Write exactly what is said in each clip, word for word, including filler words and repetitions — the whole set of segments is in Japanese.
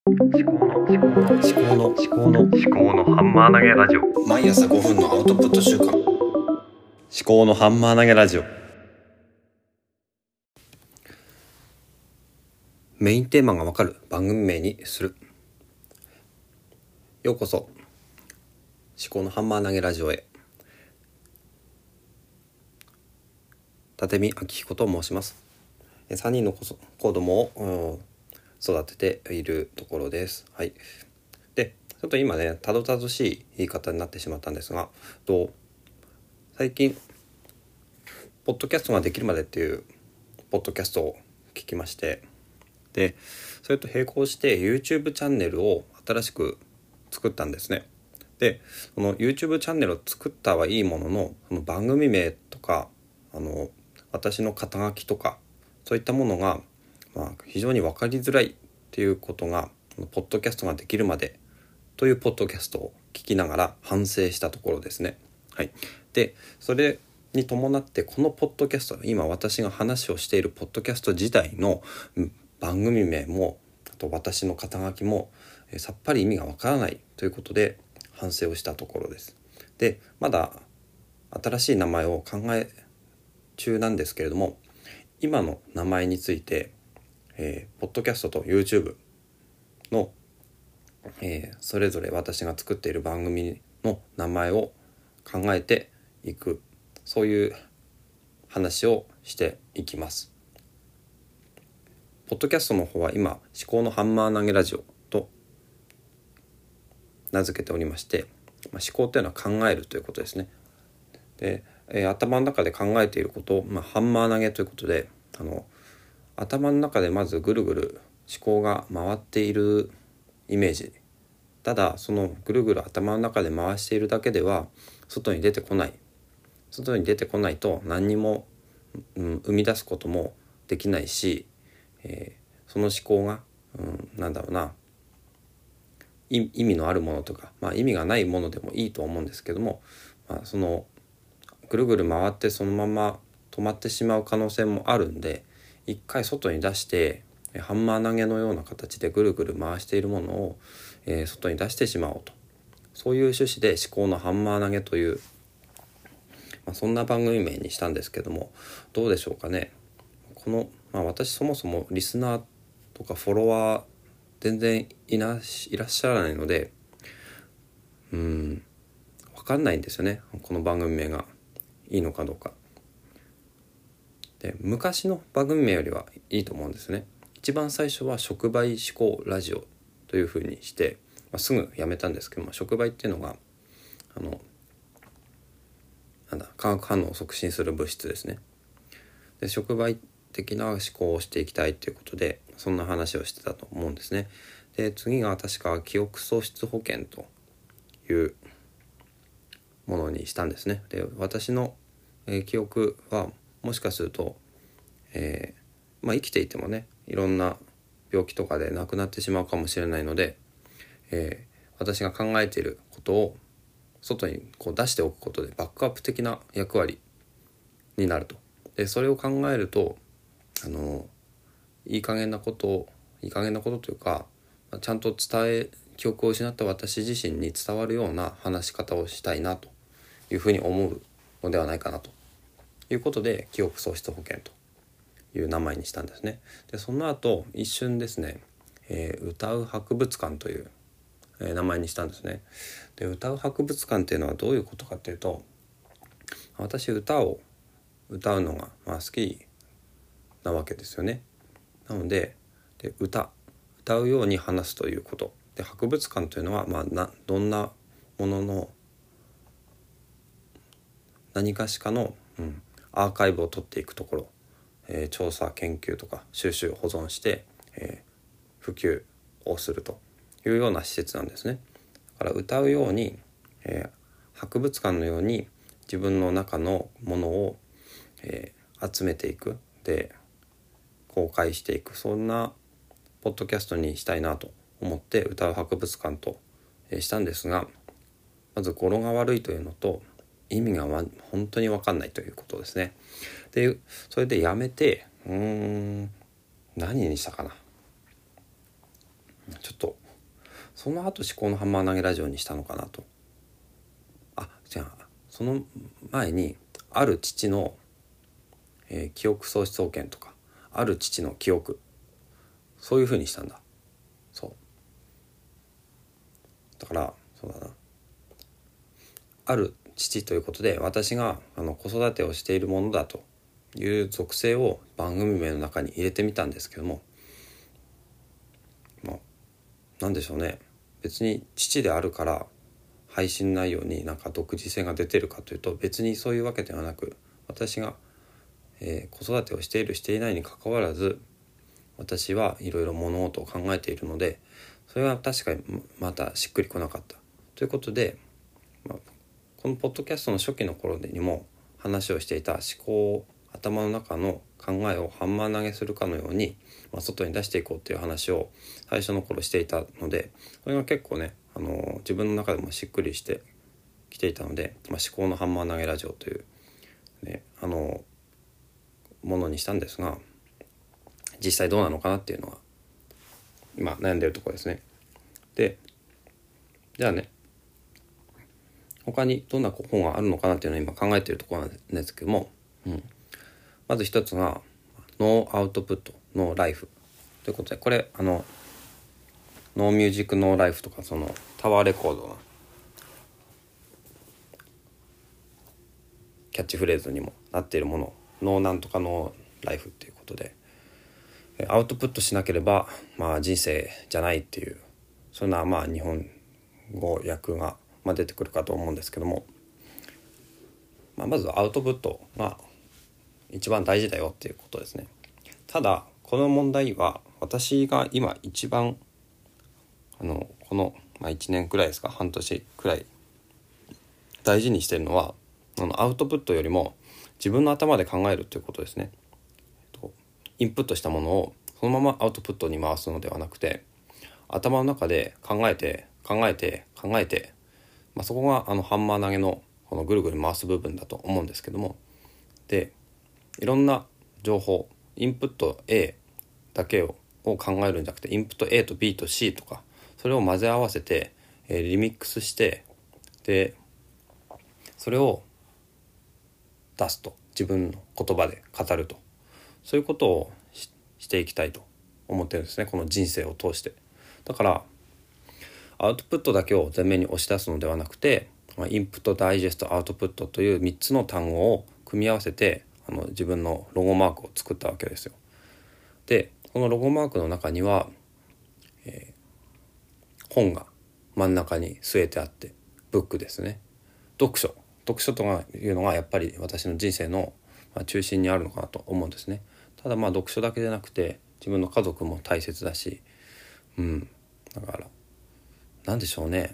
思考の思考の思考の思考の思考のハンマー投げラジオ。 毎朝ごふんのアウトプット週間。 思考のハンマー投げラジオ。メインテーマがわかる番組名にする。ようこそ思考のハンマー投げラジオへ。立見明彦と申します。さんにんの子供を育てているところです。はい。で、ちょっと今ね、たどたどしい言い方になってしまったんですが、と最近ポッドキャストができるまでっていうポッドキャストを聞きまして、でそれと並行して YouTube チャンネルを新しく作ったんですね。でその YouTube チャンネルを作ったはいいものの、その番組名とかあの私の肩書きとかそういったものが、まあ、非常に分かりづらいっていうことがポッドキャストができるまでというポッドキャストを聞きながら反省したところですね。はい。でそれに伴ってこのポッドキャスト、今私が話をしているポッドキャスト自体の番組名もあと私の肩書きもえさっぱり意味がわからないということで反省をしたところです。でまだ新しい名前を考え中なんですけれども、今の名前について、えー、ポッドキャストと YouTube の、えー、それぞれ私が作っている番組の名前を考えていく、そういう話をしていきます。ポッドキャストの方は今思考のハンマー投げラジオと名付けておりまして、まあ、思考というのは考えるということですね。で、えー、頭の中で考えていることを、まあ、ハンマー投げということで、あの頭の中でまずぐるぐる思考が回っているイメージ。ただそのぐるぐる頭の中で回しているだけでは外に出てこない外に出てこないと何にも、うん、生み出すこともできないし、えー、その思考が、うん、なんだろうな意味のあるものとか、まあ、意味がないものでもいいと思うんですけども、まあ、そのぐるぐる回ってそのまま止まってしまう可能性もあるんで、一回外に出してハンマー投げのような形でぐるぐる回しているものを、えー、外に出してしまおうと、そういう趣旨で思考のハンマー投げという、まあ、そんな番組名にしたんですけども、どうでしょうかね。この、まあ、私そもそもリスナーとかフォロワー全然いないらっしゃらないので、うーん分かんないんですよね、この番組名がいいのかどうか。で昔の番組名よりはいいと思うんですね。一番最初は触媒思考ラジオというふうにして、まあ、すぐやめたんですけども、触媒っていうのがあのなんだ化学反応を促進する物質ですね。で触媒的な思考をしていきたいということでそんな話をしてたと思うんですね。で次が確か記憶喪失保険というものにしたんですね。で私の、えー、記憶はもしかすると、えーまあ、生きていてもねいろんな病気とかで亡くなってしまうかもしれないので、えー、私が考えていることを外にこう出しておくことでバックアップ的な役割になると。でそれを考えるとあのいい加減なことをいい加減なことというかちゃんと伝え記憶を失った私自身に伝わるような話し方をしたいなというふうに思うのではないかなということで記憶喪失保険という名前にしたんですね。でその後一瞬ですね、えー、歌う博物館という、えー、名前にしたんですね。で歌う博物館っていうのはどういうことかっていうと、私歌を歌うのがまあ好きなわけですよね。なので、で歌歌うように話すということで、博物館というのは、まあ、などんなものの何かしかの、うん、アーカイブを取っていくところ、えー、調査研究とか収集保存して、えー、普及をするというような施設なんですね。だから歌うように、えー、博物館のように自分の中のものを、えー、集めていく、で公開していく、そんなポッドキャストにしたいなと思って歌う博物館としたんですが、まず語呂が悪いというのと意味が本当に分かんないということですね。でそれでやめてうーん何にしたかな、 ちょっとその後思考のハンマー投げラジオにしたのかなと。あ、じゃあその前にある父の、えー、記憶喪失保険とかある父の記憶、そういう風にしたんだ。そうだからそうだな、ある父ということで私があの子育てをしているものだという属性を番組名の中に入れてみたんですけども、まあなんでしょうね、別に父であるから配信内容になんか独自性が出てるかというと別にそういうわけではなく、私が、えー、子育てをしているしていないにかかわらず私はいろいろ物事を考えているので、それは確かにまたしっくりこなかったということで、まあ、このポッドキャストの初期の頃にも話をしていた思考、頭の中の考えをハンマー投げするかのように、まあ、外に出していこうっていう話を最初の頃していたので、それが結構ね、あの自分の中でもしっくりしてきていたので、まあ、思考のハンマー投げラジオという、ね、あのものにしたんですが、実際どうなのかなっていうのは今悩んでるところですね。で、じゃあね、他にどんな本があるのかなっていうのを今考えているところなんですけども、うん、まず一つがノーアウトプットノーライフということで、これあのノーミュージックノーライフとか、そのタワーレコードのキャッチフレーズにもなっているもの、ノーなんとかノーライフっていうことで、アウトプットしなければ、まあ、人生じゃないっていう、そんなまあ日本語訳が、まあ、出てくるかと思うんですけども、まあ、まずアウトプットが一番大事だよっていうことですね。ただこの問題は私が今一番あのこの、まあ、いちねんくらいですか、半年くらい大事にしているのは、あのアウトプットよりも自分の頭で考えるということですね。インプットしたものをそのままアウトプットに回すのではなくて、頭の中で考えて考えて考えて、まあ、そこがあのハンマー投げのこのぐるぐる回す部分だと思うんですけども、でいろんな情報、インプット A だけをを考えるんじゃなくて、インプット A と B と C とか、それを混ぜ合わせて、えー、リミックスして、でそれを出すと、自分の言葉で語ると、そういうことを し, していきたいと思ってるんですね、この人生を通して。だからアウトプットだけを前面に押し出すのではなくて、インプット、ダイジェスト、アウトプットというみっつの単語を組み合わせて、あの自分のロゴマークを作ったわけですよ。でこのロゴマークの中には、えー、本が真ん中に据えてあって、ブックですね。読書読書というのがやっぱり私の人生の中心にあるのかなと思うんですね。ただまあ読書だけでなくて自分の家族も大切だし、うんだからなんでしょうね。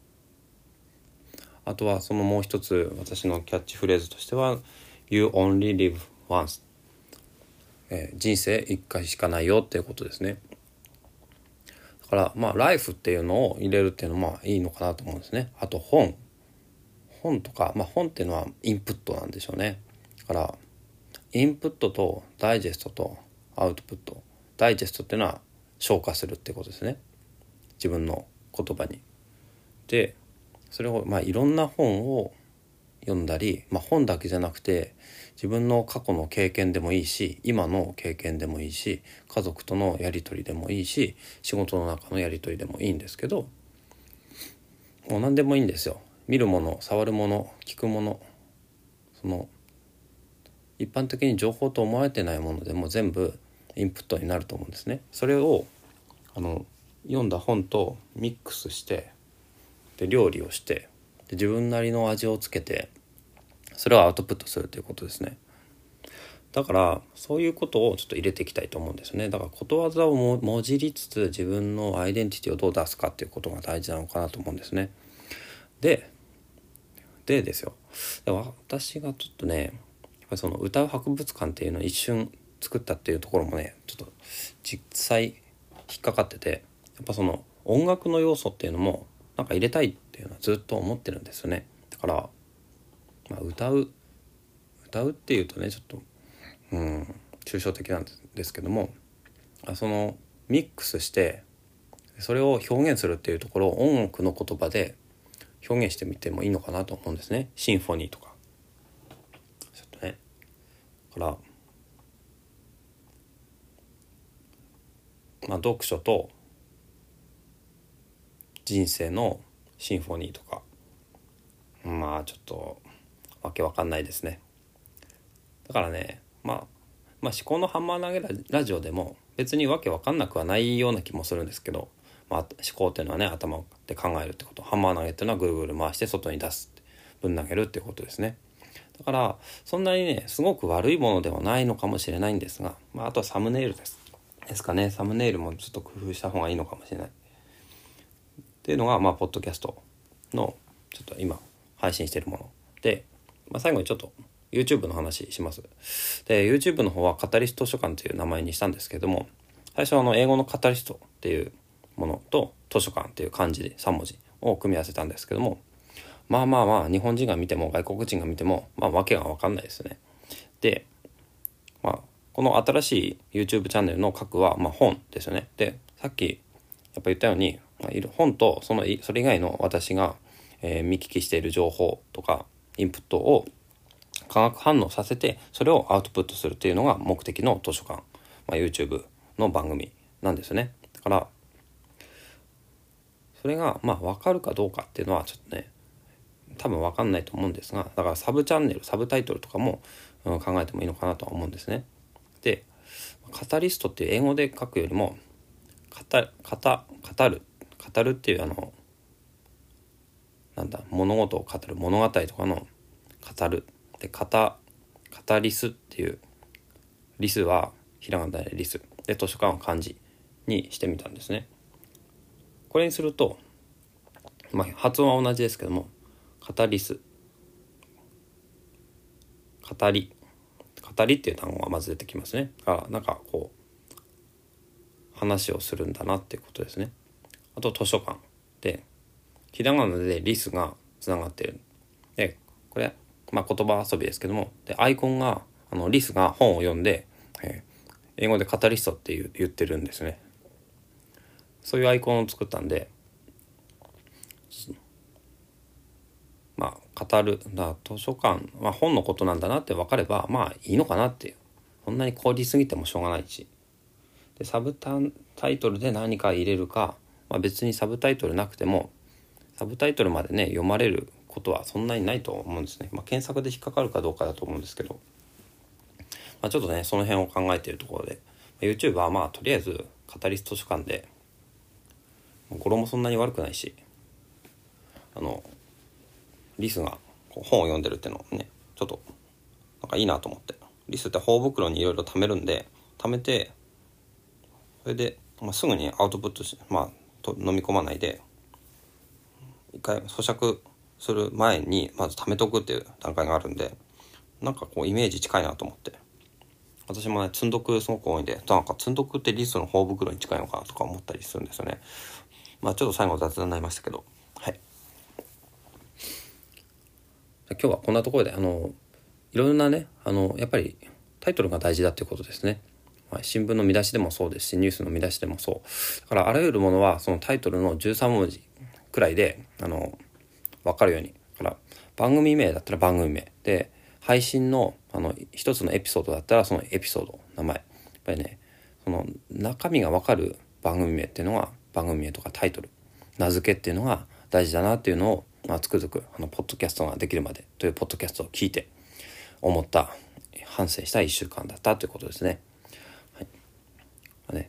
あとはそのもう一つ私のキャッチフレーズとしては You only live once、えー、人生一回しかないよっていうことですね。だからまあライフっていうのを入れるっていうのもまあいいのかなと思うんですね。あと本本とか、まあ本っていうのはインプットなんでしょうね。だからインプットとダイジェストとアウトプット、ダイジェストっていうのは消化するってことですね、自分の言葉に。でそれをまあいろんな本を読んだり、まあ、本だけじゃなくて自分の過去の経験でもいいし、今の経験でもいいし、家族とのやり取りでもいいし、仕事の中のやり取りでもいいんですけど、もう何でもいいんですよ。見るもの、触るもの、聞くもの、その一般的に情報と思われてないものでも全部インプットになると思うんですね。それをあの読んだ本とミックスして、で料理をして、で自分なりの味をつけて、それをアウトプットするということですね。だからそういうことをちょっと入れていきたいと思うんですね。だからことわざをももじりつつ自分のアイデンティティをどう出すかっていうことが大事なのかなと思うんですね。ででですよ、で私がちょっとね、やっぱりその歌う博物館っていうのを一瞬作ったっていうところもね、ちょっと実際引っかかってて、やっぱその音楽の要素っていうのもなんか入れたいっていうのはずっと思ってるんですよね。だから、まあ、歌う歌うっていうとねちょっとうん抽象的なんですけども、そのミックスしてそれを表現するっていうところを音楽の言葉で表現してみてもいいのかなと思うんですね。シンフォニーとかちょっとね、だからまあ読書と人生のシンフォニーとか、まあちょっとわけわかんないですね。だからね、まあ、まあ思考のハンマー投げ ラ, ラジオでも別にわけわかんなくはないような気もするんですけど、まあ、思考っていうのはね、頭で考えるってこと、ハンマー投げっていうのはぐるぐる回して外に出す、ぶん投げるっていうことですね。だからそんなにねすごく悪いものではないのかもしれないんですが、まあ、あとはサムネイルですですかね。サムネイルもちょっと工夫した方がいいのかもしれないっていうのが、まあポッドキャストのちょっと今配信しているもので、まあ、最後にちょっと YouTube の話します。で YouTube の方はカタリスト図書館という名前にしたんですけども、最初はあの英語のカタリストっていうものと図書館っていう漢字でさんもじを組み合わせたんですけども、まあまあまあ日本人が見ても外国人が見てもまあわけが分かんないですね。で、まあ、この新しい YouTube チャンネルの核はまあ本ですよね。でさっきやっぱ言ったように、まあ、本とそのそれ以外の私が、えー、見聞きしている情報とかインプットを化学反応させてそれをアウトプットするっていうのが目的の図書館、まあ、YouTube の番組なんですよね。だからそれがまあ分かるかどうかっていうのはちょっとね多分分かんないと思うんですが、だからサブチャンネルサブタイトルとかも、うん、考えてもいいのかなとは思うんですね。でカタリストっていう英語で書くよりも語る語る語るっていうあのなんだ物事を語る物語とかの語るでカタカタリスっていうリスはひらがなでリスで図書館は漢字にしてみたんですね。これにすると、まあ、発音は同じですけどもカタリス語り語りっていう単語がまず出てきますね。だからなんかこう話をするんだなっていうことですね。あと図書館でひらがなでリスがつながっている。でこれ、まあ、言葉遊びですけども、でアイコンがあのリスが本を読んで、えー、英語でカタリストっていう言ってるんですね。そういうアイコンを作ったんで、まあ語るだ図書館、まあ、本のことなんだなって分かればまあいいのかなっていう、そんなに凝りすぎてもしょうがないし、でサブタイトルで何か入れるか、まあ、別にサブタイトルなくてもサブタイトルまでね読まれることはそんなにないと思うんですね。まあ、検索で引っかかるかどうかだと思うんですけど、まあ、ちょっとねその辺を考えているところで YouTube はまあとりあえずカタリスト図書館で語呂もそんなに悪くないし、あのリスがこう本を読んでるっていうのをねちょっとなんかいいなと思って、リスって頬袋にいろいろ貯めるんで貯めてそれで、まあ、すぐにアウトプットし、まあ、と飲み込まないで一回咀嚼する前にまず貯めとくっていう段階があるんで、なんかこうイメージ近いなと思って、私もね積んどくすごく多いんで、なんか積んどくってリスの頬袋に近いのかなとか思ったりするんですよね。まあちょっと最後雑談になりましたけど、はい。今日はこんなところであのいろんなねあのやっぱりタイトルが大事だということですね。まあ、新聞の見出しでもそうですしニュースの見出しでもそうだから、あらゆるものはそのタイトルのじゅうさんもじくらいであの分かるように、だから番組名だったら番組名で、配信のあの一つのエピソードだったらそのエピソード名前、やっぱりねその中身が分かる番組名っていうのが番組名とかタイトル名付けっていうのが大事だなっていうのを、まあ、つくづくあのポッドキャストができるまでというポッドキャストを聞いて思った反省したいっしゅうかんだったということですね。はい。まあね、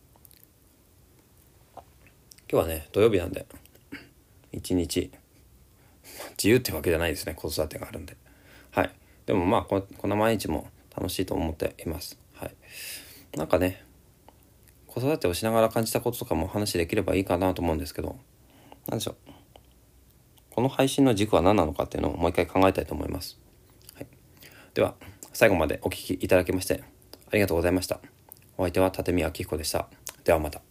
今日はね土曜日なんで一日自由ってわけじゃないですね、子育てがあるんで。はい。でもまあここんな毎日も楽しいと思っています。はい。なんかね子育てをしながら感じたこととかもお話しできればいいかなと思うんですけど、なんでしょう、この配信の軸は何なのかっていうのをもう一回考えたいと思います。はい。では最後までお聞きいただきましてありがとうございました。お相手は立見明彦でした。ではまた。